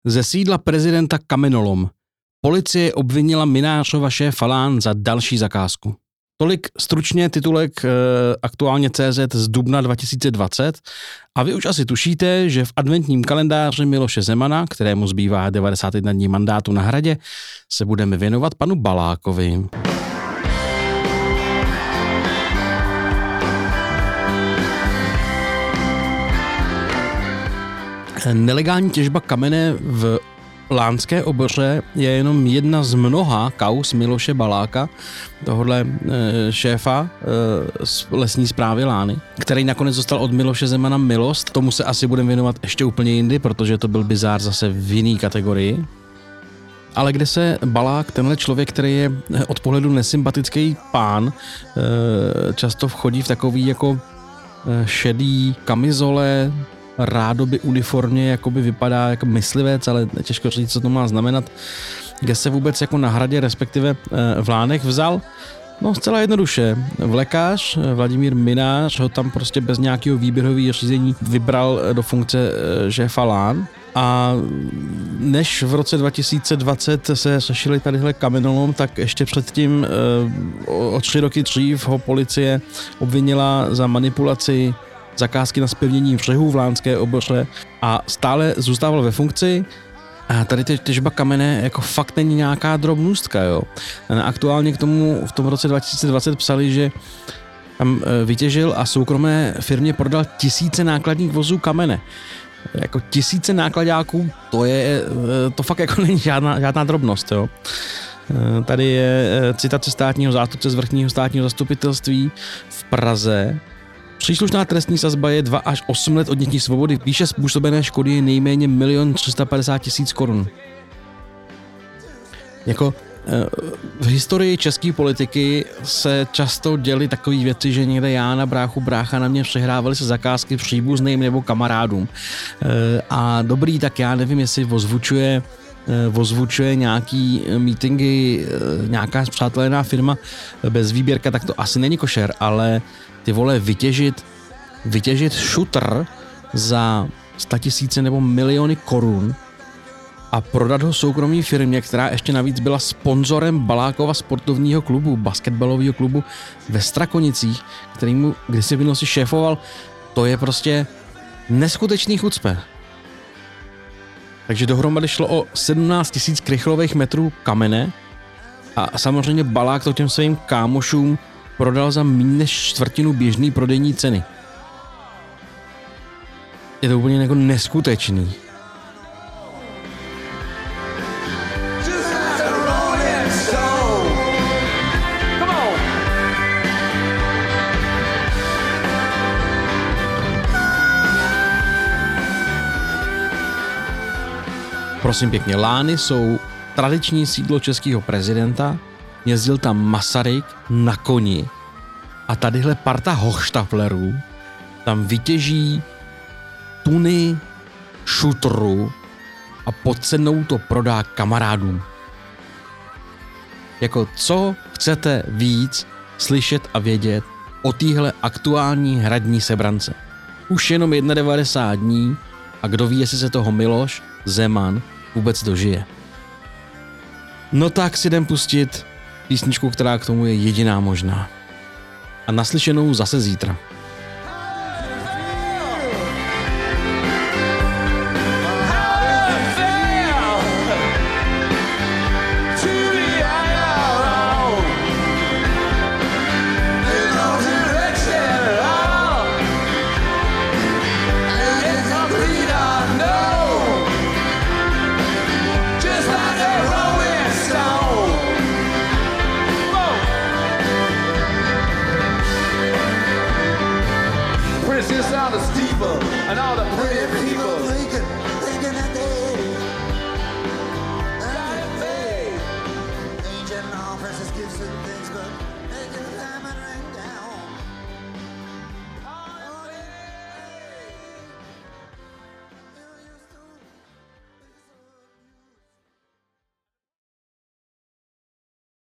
Ze sídla prezidenta kamenolom. Policie obvinila Minářova šéfa Lán za další zakázku. Tolik stručně titulek aktuálně CZ z dubna 2020 a vy už asi tušíte, že v adventním kalendáři Miloše Zemana, kterému zbývá 91 dní mandátu na Hradě, se budeme věnovat panu Balákovi. Nelegální těžba kamene v Lánské Oboře je jenom jedna z mnoha kauz Miloše Baláka, tohodle šéfa z lesní správy Lány, který nakonec dostal od Miloše Zemana milost. Tomu se asi budeme věnovat ještě úplně jindy, protože to byl bizár zase v jiný kategorii. Ale kde se Balák, tenhle člověk, který je od pohledu nesympatický pán, často chodí v takový jako šedý kamizole, rádoby uniformně, jakoby vypadá jako myslivec, ale těžko říct, co to má znamenat, kde se vůbec jako na Hradě, respektive v Lánech vzal. No zcela jednoduše, vlekář Vladimír Minář ho tam prostě bez nějakého výběrového řízení vybral do funkce šéfa Lán. A než v roce 2020 se řešili tadyhle kamenolom, tak ještě předtím o 3 roky dřív ho policie obvinila za manipulaci zakázky na zpevnění břehů v Lánské Oboře a stále zůstával ve funkci. A tady těžba kamene jako fakt není nějaká drobnůstka, jo. Aktuálně k tomu v tom roce 2020 psali, že tam vytěžil a soukromé firmě prodal 1000 nákladních vozů kamene. Jako 1000 nákladáků, to fakt jako není žádná drobnost, jo. Tady je citace státního zástupce z Vrchního státního zastupitelství v Praze. Příslušná trestní sazba je 2 až 8 let odnětí svobody. Výše způsobené škody je nejméně 1 350 000 korun. Jako v historii české politiky se často děly takové věci, že někde já na bráchu, brácha na mě přehrávali se zakázky příbuzným nebo kamarádům. A dobrý, tak já nevím, jestli ozvučuje nějaký meetingy, nějaká spřátelená firma bez výběrka, tak to asi není košer, ale ty vole vytěžit šutr za 100 000 nebo miliony korun a prodat ho soukromý firmě, která ještě navíc byla sponzorem Balákova sportovního klubu, basketbalového klubu ve Strakonicích, kterýmu kdysi v minulosti šéfoval, to je prostě neskutečný chucpe. Takže dohromady šlo o 17 000 krychlových metrů kamene a samozřejmě Balák to těm svým kámošům prodal za méně než čtvrtinu běžný prodejní ceny. Je to úplně jako neskutečný. Prosím pěkně, Lány jsou tradiční sídlo českého prezidenta, jezdil tam Masaryk na koni a tadyhle parta hochštaplerů tam vytěží tuny šutru a pod cenou to prodá kamarádům. Jako co chcete víc slyšet a vědět o téhle aktuální hradní sebrance? Už jenom 91 dní a kdo ví, jestli se toho Miloš Zeman vůbec dožije. No tak si jdem pustit písničku, která k tomu je jediná možná. A naslyšenou zase zítra. And all the pretty people